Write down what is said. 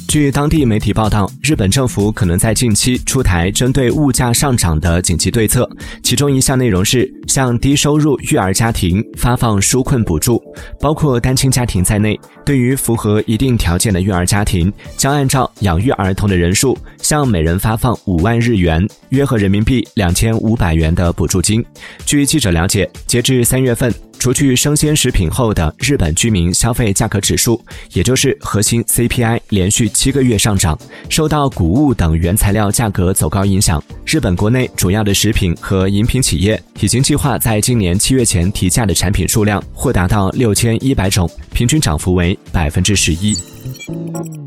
据当地媒体报道，日本政府可能在近期出台针对物价上涨的紧急对策，其中一项内容是向低收入育儿家庭发放纾困补助，包括单亲家庭在内，对于符合一定条件的育儿家庭，将按照养育儿童的人数，向每人发放5万日元，约合人民币2500元的补助金。据记者了解，截至3月份，除去生鲜食品后的日本居民消费价格指数，也就是核心 CPI 连续7个月上涨，受到谷物等原材料价格走高影响，日本国内主要的食品和饮品企业已经计划在今年7月前提价的产品数量或达到6100种，平均涨幅为11%。